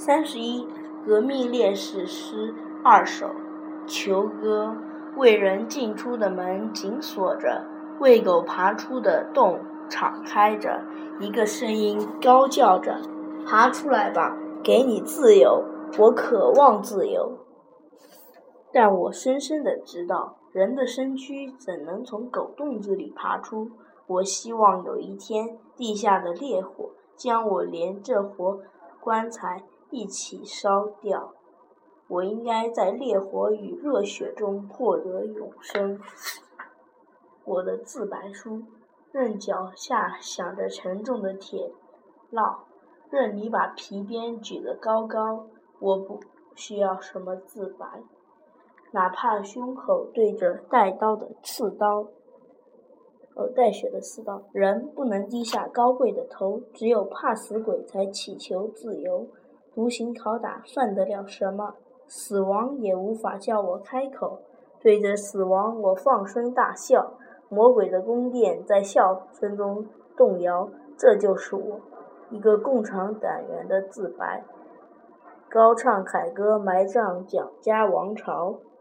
31革命烈士诗2首。囚歌。为人进出的门紧锁着，为狗爬出的洞敞开着，一个声音高叫着：爬出来吧，给你自由，我渴望自由。但我深深地知道，人的身躯怎能从狗洞子里爬出？我希望有一天，地下的烈火将我连这活棺材一起烧掉。我应该在烈火与热血中获得永生。我的自白书，任脚下响着沉重的铁烙，任你把皮鞭举得高高，我不需要什么自白。哪怕胸口对着带血的刺刀，人不能低下高贵的头，只有怕死鬼才祈求自由。独行拷打算得了什么？死亡也无法叫我开口。对着死亡，我放声大笑。魔鬼的宫殿在笑声中动摇，这就是我，一个共产党员的自白。高唱凯歌，埋葬蒋家王朝。